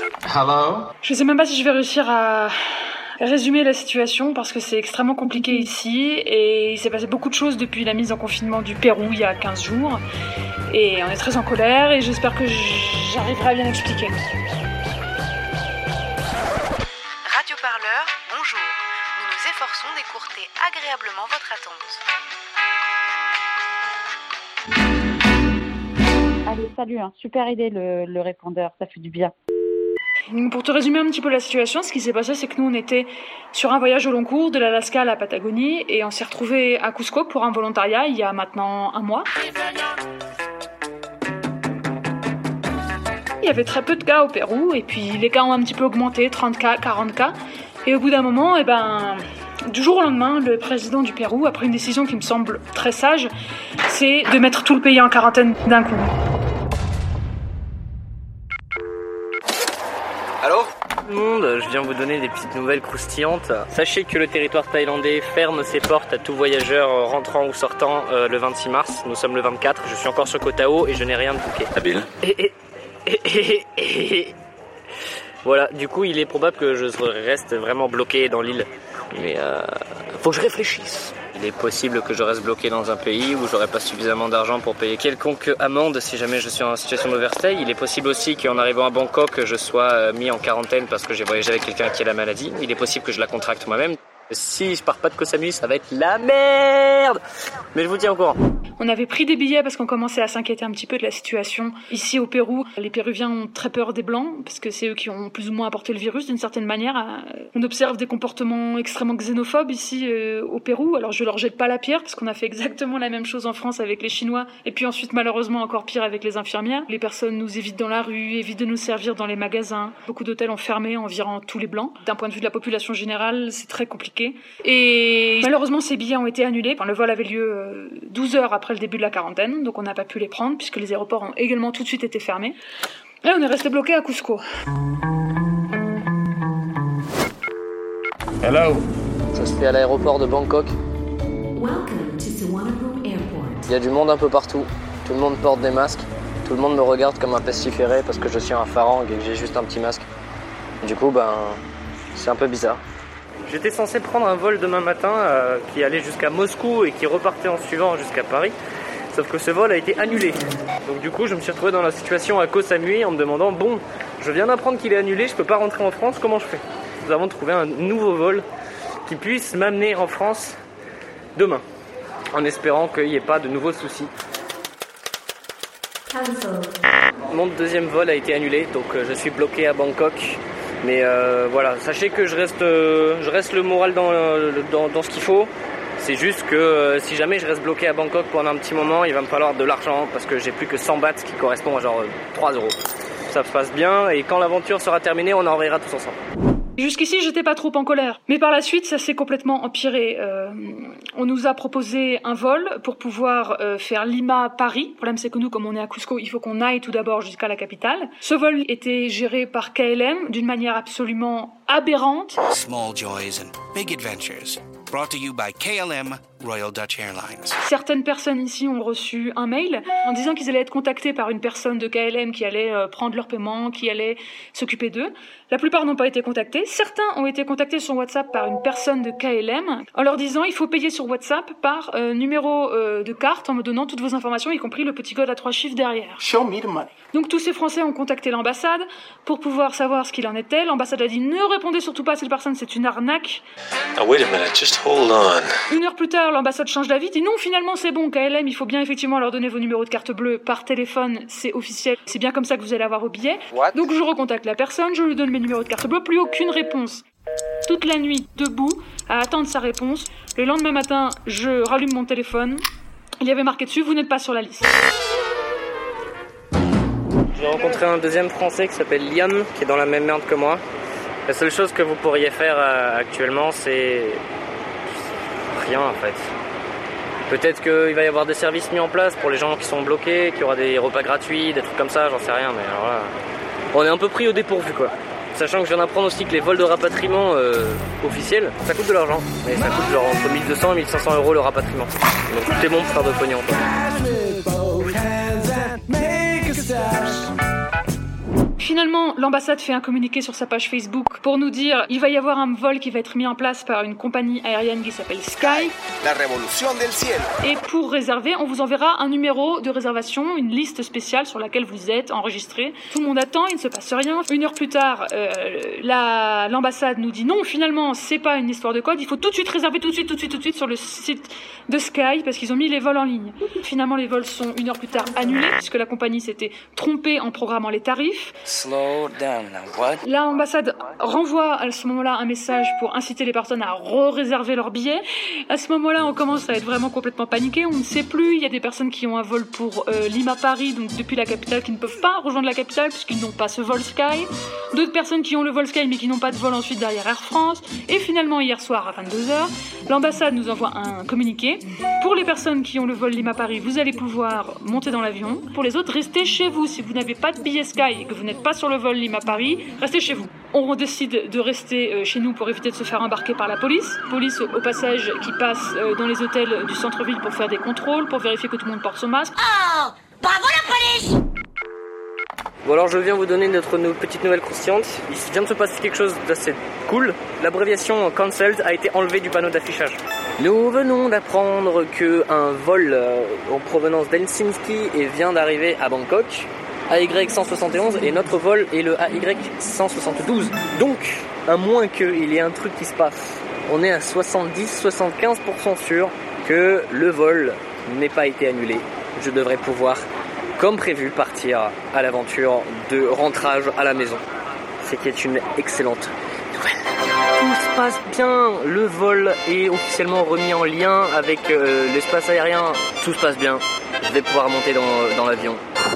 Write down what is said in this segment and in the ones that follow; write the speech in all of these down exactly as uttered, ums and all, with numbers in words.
Hello? Je sais même pas si je vais réussir à résumer la situation parce que c'est extrêmement compliqué ici et il s'est passé beaucoup de choses depuis la mise en confinement du Pérou il y a quinze jours et on est très en colère et j'espère que j'arriverai à bien expliquer. Radio Parleur, bonjour. Nous nous efforçons d'écourter agréablement votre attente. Allez, salut, hein. Super idée le, le répondeur, ça fait du bien. Donc pour te résumer un petit peu la situation, ce qui s'est passé, c'est que nous, on était sur un voyage au long cours de l'Alaska à la Patagonie et on s'est retrouvés à Cusco pour un volontariat il y a maintenant un mois. Il y avait très peu de cas au Pérou et puis les cas ont un petit peu augmenté, trente cas, quarante cas. Et au bout d'un moment, eh ben, du jour au lendemain, le président du Pérou a pris une décision qui me semble très sage, c'est de mettre tout le pays en quarantaine d'un coup. Allô ? Tout le monde, je viens vous donner des petites nouvelles croustillantes. Sachez que le territoire thaïlandais ferme ses portes à tout voyageur rentrant ou sortant euh, le vingt-six mars. Nous sommes le vingt-quatre, je suis encore sur Koh Tao et je n'ai rien de booké. Habile. Et, et, et, et, et, et. Voilà, du coup il est probable que je reste vraiment bloqué dans l'île. Mais euh, faut que je réfléchisse. Il est possible que je reste bloqué dans un pays où j'aurai pas suffisamment d'argent pour payer quelconque amende si jamais je suis en situation d'overstay. Il est possible aussi qu'en arrivant à Bangkok, je sois mis en quarantaine parce que j'ai voyagé avec quelqu'un qui a la maladie. Il est possible que je la contracte moi-même. Si je pars pas de Koh Samui, ça va être la merde. Mais je vous tiens au courant. On avait pris des billets parce qu'on commençait à s'inquiéter un petit peu de la situation. Ici au Pérou, les Péruviens ont très peur des Blancs parce que c'est eux qui ont plus ou moins apporté le virus d'une certaine manière. On observe des comportements extrêmement xénophobes ici euh, au Pérou. Alors je leur jette pas la pierre parce qu'on a fait exactement la même chose en France avec les Chinois et puis ensuite malheureusement encore pire avec les infirmières. Les personnes nous évitent dans la rue, évitent de nous servir dans les magasins. Beaucoup d'hôtels ont fermé en virant tous les Blancs. D'un point de vue de la population générale, c'est très compliqué. Et malheureusement ces billets ont été annulés. Enfin, le vol avait lieu euh, douze heures après le début de la quarantaine, donc on n'a pas pu les prendre puisque les aéroports ont également tout de suite été fermés. Et on est resté bloqué à Cusco. Hello. Ça se fait à l'aéroport de Bangkok. Il y a du monde un peu partout. Tout le monde porte des masques. Tout le monde me regarde comme un pestiféré parce que je suis un farang et que j'ai juste un petit masque. Du coup, ben, c'est un peu bizarre. J'étais censé prendre un vol demain matin euh, qui allait jusqu'à Moscou et qui repartait en suivant jusqu'à Paris. Sauf que ce vol a été annulé. Donc du coup, je me suis retrouvé dans la situation à Koh Samui en me demandant, bon, je viens d'apprendre qu'il est annulé, je peux pas rentrer en France, comment je fais ? Nous avons trouvé un nouveau vol qui puisse m'amener en France demain, en espérant qu'il n'y ait pas de nouveaux soucis. Mon deuxième vol a été annulé, donc euh, je suis bloqué à Bangkok. Mais euh, voilà, sachez que je reste, euh, je reste le moral dans, dans, dans ce qu'il faut. C'est juste que euh, si jamais je reste bloqué à Bangkok pendant un petit moment, il va me falloir de l'argent parce que j'ai plus que cent bahts, ce qui correspond à genre euh, trois euros. Ça se passe bien et quand l'aventure sera terminée, on en reviendra tous ensemble. Jusqu'ici, j'étais pas trop en colère. Mais par la suite, ça s'est complètement empiré. Euh, on nous a proposé un vol pour pouvoir euh, faire Lima-Paris. Le problème, c'est que nous, comme on est à Cusco, il faut qu'on aille tout d'abord jusqu'à la capitale. Ce vol était géré par K L M d'une manière absolument aberrante. Small joys and big adventures. Brought to you by K L M Royal Dutch Airlines. Certaines personnes ici ont reçu un mail en disant qu'ils allaient être contactés par une personne de K L M qui allait euh, prendre leur paiement, qui allait s'occuper d'eux. La plupart n'ont pas été contactés. Certains ont été contactés sur WhatsApp par une personne de K L M en leur disant il faut payer sur WhatsApp par euh, numéro euh, de carte en me donnant toutes vos informations, y compris le petit code à trois chiffres derrière. Show me the money. Donc tous ces Français ont contacté l'ambassade pour pouvoir savoir ce qu'il en était. L'ambassade a dit ne répondez surtout pas à cette personne, c'est une arnaque. Now wait a minute, just hold on. Une heure plus tard, l'ambassade change d'avis, dit non, finalement c'est bon, K L M, il faut bien effectivement leur donner vos numéros de carte bleue par téléphone, c'est officiel, c'est bien comme ça que vous allez avoir vos billets. What? Donc je recontacte la personne, je lui donne mes numéros de carte bleue, plus aucune réponse. Toute la nuit, debout, à attendre sa réponse. Le lendemain matin, je rallume mon téléphone, il y avait marqué dessus, vous n'êtes pas sur la liste. J'ai rencontré un deuxième Français qui s'appelle Liam, qui est dans la même merde que moi. La seule chose que vous pourriez faire euh, actuellement, c'est rien en fait. Peut-être qu'il va y avoir des services mis en place pour les gens qui sont bloqués, qu'il y aura des repas gratuits, des trucs comme ça, j'en sais rien, mais alors là, on est un peu pris au dépourvu quoi. Sachant que je viens d'apprendre aussi que les vols de rapatriement euh, officiels, ça coûte de l'argent. Et ça coûte genre entre mille deux cents et mille cinq cents euros le rapatriement. Donc tout est bon pour faire de pognon quoi. Finalement, l'ambassade fait un communiqué sur sa page Facebook pour nous dire il va y avoir un vol qui va être mis en place par une compagnie aérienne qui s'appelle Sky. La révolution del cielo. Et pour réserver, on vous enverra un numéro de réservation, une liste spéciale sur laquelle vous êtes enregistré. Tout le monde attend, il ne se passe rien. Une heure plus tard, euh, la, l'ambassade nous dit non, finalement, c'est pas une histoire de code. Il faut tout de suite réserver, tout de suite, tout de suite, tout de suite sur le site de Sky parce qu'ils ont mis les vols en ligne. Finalement, les vols sont une heure plus tard annulés puisque la compagnie s'était trompée en programmant les tarifs. Slow down now, what? L'ambassade renvoie à ce moment-là un message pour inciter les personnes à re-réserver leurs billets. À ce moment-là, on commence à être vraiment complètement paniqué. On ne sait plus. Il y a des personnes qui ont un vol pour euh, Lima-Paris, donc depuis la capitale, qui ne peuvent pas rejoindre la capitale puisqu'ils n'ont pas ce vol Sky. D'autres personnes qui ont le vol Sky mais qui n'ont pas de vol ensuite derrière Air France. Et finalement, hier soir à vingt-deux heures, l'ambassade nous envoie un communiqué. Pour les personnes qui ont le vol Lima-Paris, vous allez pouvoir monter dans l'avion. Pour les autres, restez chez vous. Si vous n'avez pas de billet Sky et que vous n'êtes pas sur le vol Lima-Paris, restez chez vous. On décide de rester chez nous pour éviter de se faire embarquer par la police. Police, au passage, qui passe dans les hôtels du centre-ville pour faire des contrôles, pour vérifier que tout le monde porte son masque. Oh, bravo la police! Bon alors je viens vous donner notre no- petite nouvelle croustillante. Il vient de se passer quelque chose d'assez cool. L'abréviation cancelled a été enlevée du panneau d'affichage. Nous venons d'apprendre qu'un vol euh, en provenance d'Helsinki et vient d'arriver à Bangkok, A Y cent soixante et onze, et notre vol est le A Y cent soixante-douze. Donc, à moins qu'il y ait un truc qui se passe, on est à soixante-dix à soixante-quinze pour cent sûr que le vol n'ait pas été annulé. Je devrais pouvoir, comme prévu, partir à l'aventure de rentrage à la maison. Ce qui est une excellente nouvelle. Tout se passe bien, le vol est officiellement remis en lien avec euh, l'espace aérien. Tout se passe bien, je vais pouvoir monter dans, dans l'avion.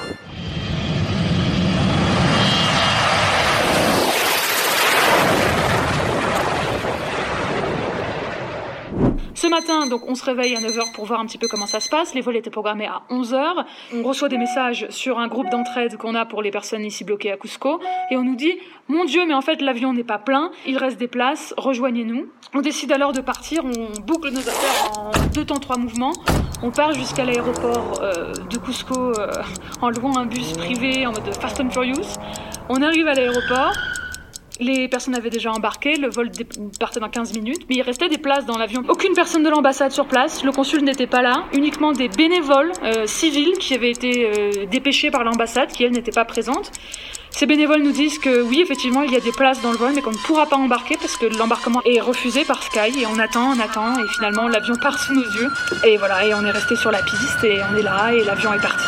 Ce matin, donc, on se réveille à neuf heures pour voir un petit peu comment ça se passe. Les vols étaient programmés à onze heures. On reçoit des messages sur un groupe d'entraide qu'on a pour les personnes ici bloquées à Cusco. Et on nous dit « Mon Dieu, mais en fait, l'avion n'est pas plein. Il reste des places. Rejoignez-nous. » On décide alors de partir. On boucle nos affaires en deux temps, trois mouvements. On part jusqu'à l'aéroport euh, de Cusco euh, en louant un bus privé en mode Fast and Furious. On arrive à l'aéroport. Les personnes avaient déjà embarqué, le vol partait dans quinze minutes, mais il restait des places dans l'avion. Aucune personne de l'ambassade sur place, le consul n'était pas là, uniquement des bénévoles euh, civils qui avaient été euh, dépêchés par l'ambassade, qui elles n'étaient pas présentes. Ces bénévoles nous disent que oui, effectivement, il y a des places dans le vol, mais qu'on ne pourra pas embarquer parce que l'embarquement est refusé par Sky, et on attend, on attend, et finalement l'avion part sous nos yeux. Et voilà, et on est resté sur la piste, et on est là, et l'avion est parti.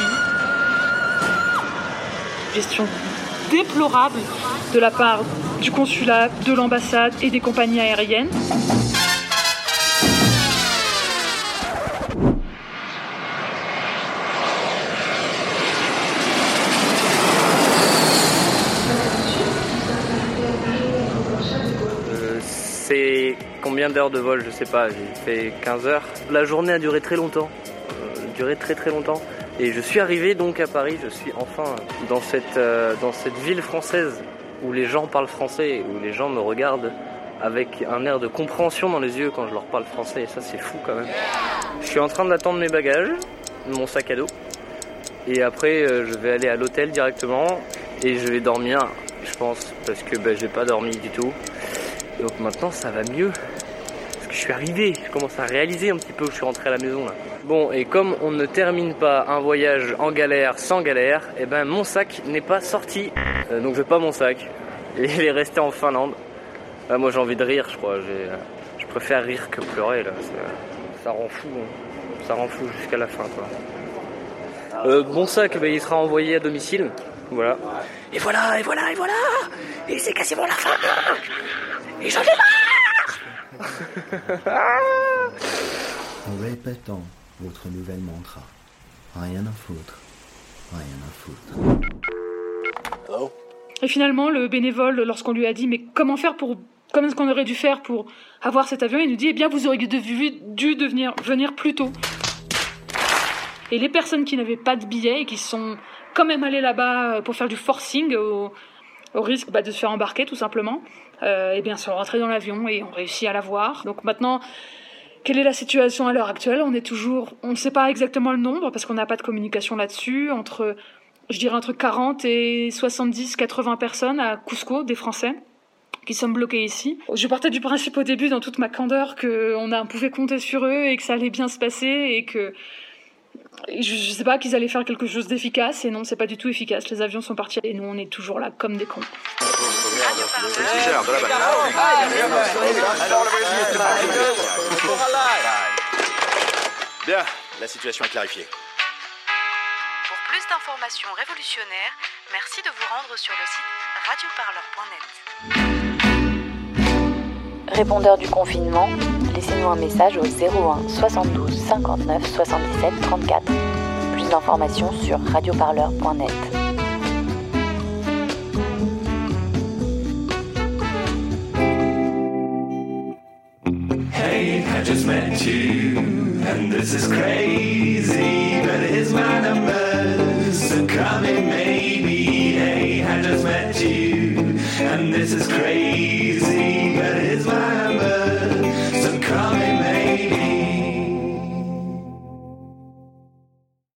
Gestion déplorable de la part du consulat, de l'ambassade et des compagnies aériennes. Euh, c'est combien d'heures de vol? Je sais pas, j'ai fait quinze heures. La journée a duré très longtemps, euh, duré très très longtemps. Et je suis arrivé donc à Paris, je suis enfin dans cette, euh, dans cette ville française où les gens parlent français, où les gens me regardent avec un air de compréhension dans les yeux quand je leur parle français, et ça c'est fou quand même. Je suis en train d'attendre mes bagages, mon sac à dos, et après euh, je vais aller à l'hôtel directement, et je vais dormir, je pense, parce que bah, j'ai pas dormi du tout. Donc maintenant ça va mieux, parce que je suis arrivé, je commence à réaliser un petit peu où je suis rentré à la maison là. Bon, et comme on ne termine pas un voyage en galère sans galère, et ben mon sac n'est pas sorti. Euh, donc j'ai pas mon sac. Et il est resté en Finlande. Ah, moi j'ai envie de rire, je crois. J'ai, je préfère rire que pleurer là. Ça, ça rend fou. Hein. Ça rend fou jusqu'à la fin, quoi. Euh, mon sac, ben, il sera envoyé à domicile. Voilà. Et voilà, et voilà, et voilà. Et c'est quasiment la fin. Et j'en ai marre. En répétant votre nouvelle mantra. Rien à foutre. Rien à foutre. Oh. Et finalement, le bénévole, lorsqu'on lui a dit « Mais comment faire pour... Comment est-ce qu'on aurait dû faire pour avoir cet avion ?» Il nous dit « Eh bien, vous auriez dû, dû devenir, venir plus tôt. » Et les personnes qui n'avaient pas de billets et qui sont quand même allées là-bas pour faire du forcing au, au risque bah, de se faire embarquer, tout simplement, euh, eh bien, sont rentrées dans l'avion et ont réussi à l'avoir. Donc maintenant... Quelle est la situation à l'heure actuelle? On est toujours, on ne sait pas exactement le nombre parce qu'on n'a pas de communication là-dessus entre je dirais entre quarante et soixante-dix, quatre-vingts personnes à Cusco, des Français, qui sommes bloqués ici. Je partais du principe au début, dans toute ma candeur, qu'on pouvait compter sur eux et que ça allait bien se passer et que je ne sais pas qu'ils allaient faire quelque chose d'efficace. Et non, c'est pas du tout efficace. Les avions sont partis et nous, on est toujours là comme des cons. Bien, la situation est clarifiée. Pour plus d'informations révolutionnaires, merci de vous rendre sur le site radio parleur point net. Répondeur du confinement, laissez-nous un message au zéro un soixante-douze cinquante-neuf soixante-dix-sept trente-quatre. Plus d'informations sur radio parleur point net. Hey, I just met you, and this is crazy, but here's my number, so call me maybe. Hey, I just met you, and this is crazy.